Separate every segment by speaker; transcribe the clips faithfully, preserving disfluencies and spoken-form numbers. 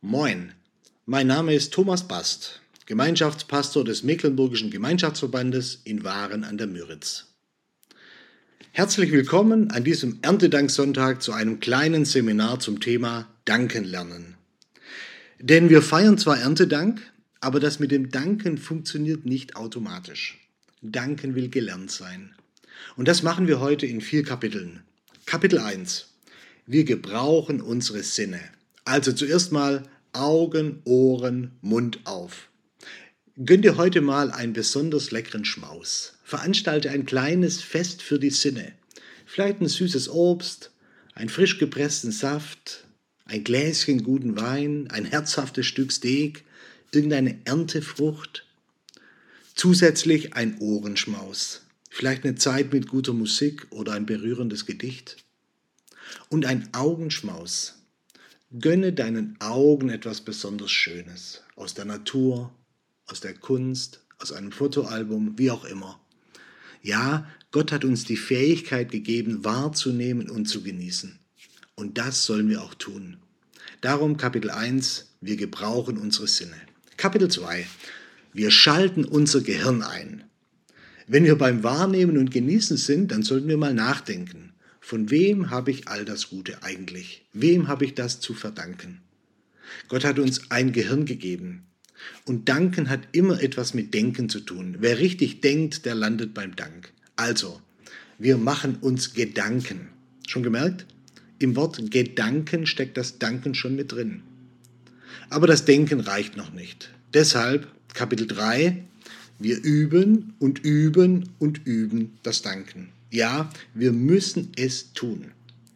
Speaker 1: Moin, mein Name ist Thomas Bast, Gemeinschaftspastor des Mecklenburgischen Gemeinschaftsverbandes in Waren an der Müritz. Herzlich willkommen an diesem Erntedanksonntag zu einem kleinen Seminar zum Thema Danken lernen. Denn wir feiern zwar Erntedank, aber das mit dem Danken funktioniert nicht automatisch. Danken will gelernt sein. Und das machen wir heute in vier Kapiteln. Kapitel eins. Wir gebrauchen unsere Sinne. Also zuerst mal Augen, Ohren, Mund auf. Gönn dir heute mal einen besonders leckeren Schmaus. Veranstalte ein kleines Fest für die Sinne. Vielleicht ein süßes Obst, einen frisch gepressten Saft, ein Gläschen guten Wein, ein herzhaftes Stück Steak, irgendeine Erntefrucht. Zusätzlich ein Ohrenschmaus. Vielleicht eine Zeit mit guter Musik oder ein berührendes Gedicht. Und ein Augenschmaus. Gönne deinen Augen etwas besonders Schönes. Aus der Natur, aus der Kunst, aus einem Fotoalbum, wie auch immer. Ja, Gott hat uns die Fähigkeit gegeben, wahrzunehmen und zu genießen. Und das sollen wir auch tun. Darum Kapitel eins, wir gebrauchen unsere Sinne. Kapitel zwei, wir schalten unser Gehirn ein. Wenn wir beim Wahrnehmen und Genießen sind, dann sollten wir mal nachdenken. Von wem habe ich all das Gute eigentlich? Wem habe ich das zu verdanken? Gott hat uns ein Gehirn gegeben. Und Danken hat immer etwas mit Denken zu tun. Wer richtig denkt, der landet beim Dank. Also, wir machen uns Gedanken. Schon gemerkt? Im Wort Gedanken steckt das Danken schon mit drin. Aber das Denken reicht noch nicht. Deshalb Kapitel drei, wir üben und üben und üben das Danken. Ja, wir müssen es tun.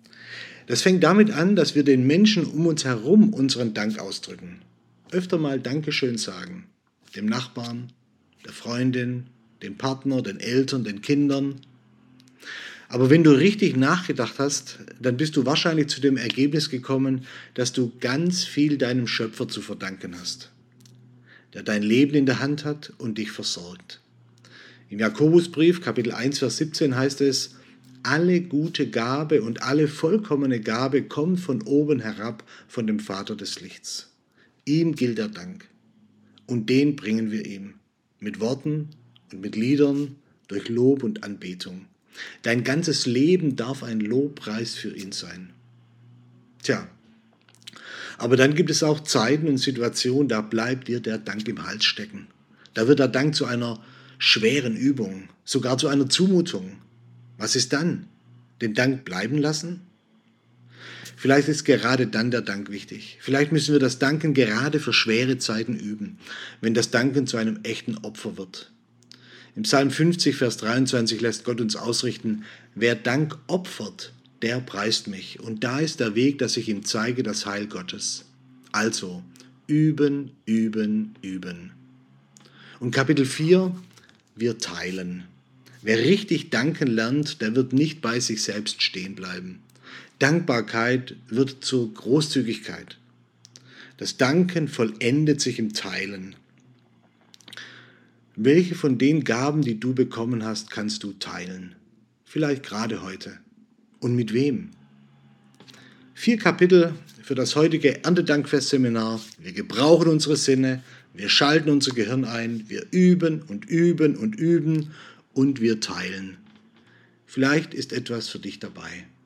Speaker 1: Das fängt damit an, dass wir den Menschen um uns herum unseren Dank ausdrücken. Öfter mal Dankeschön sagen. Dem Nachbarn, der Freundin, dem Partner, den Eltern, den Kindern. Aber wenn du richtig nachgedacht hast, dann bist du wahrscheinlich zu dem Ergebnis gekommen, dass du ganz viel deinem Schöpfer zu verdanken hast, der dein Leben in der Hand hat und dich versorgt. Im Jakobusbrief, Kapitel eins, Vers siebzehn heißt es, alle gute Gabe und alle vollkommene Gabe kommt von oben herab, von dem Vater des Lichts. Ihm gilt der Dank. Und den bringen wir ihm. Mit Worten und mit Liedern, durch Lob und Anbetung. Dein ganzes Leben darf ein Lobpreis für ihn sein. Tja, aber dann gibt es auch Zeiten und Situationen, da bleibt dir der Dank im Hals stecken. Da wird der Dank zu einer schweren Übung, sogar zu einer Zumutung. Was ist dann? Den Dank bleiben lassen? Vielleicht ist gerade dann der Dank wichtig. Vielleicht müssen wir das Danken gerade für schwere Zeiten üben, wenn das Danken zu einem echten Opfer wird. Im Psalm fünfzig, Vers dreiundzwanzig lässt Gott uns ausrichten, wer Dank opfert, der preist mich. Und da ist der Weg, dass ich ihm zeige, das Heil Gottes. Also, üben, üben, üben. Und Kapitel vier, wir teilen. Wer richtig danken lernt, der wird nicht bei sich selbst stehen bleiben. Dankbarkeit wird zur Großzügigkeit. Das Danken vollendet sich im Teilen. Welche von den Gaben, die du bekommen hast, kannst du teilen? Vielleicht gerade heute. Und mit wem? Vier Kapitel für das heutige Erntedankfest-Seminar. Wir gebrauchen unsere Sinne, wir schalten unser Gehirn ein, wir üben und üben und üben und wir teilen. Vielleicht ist etwas für dich dabei.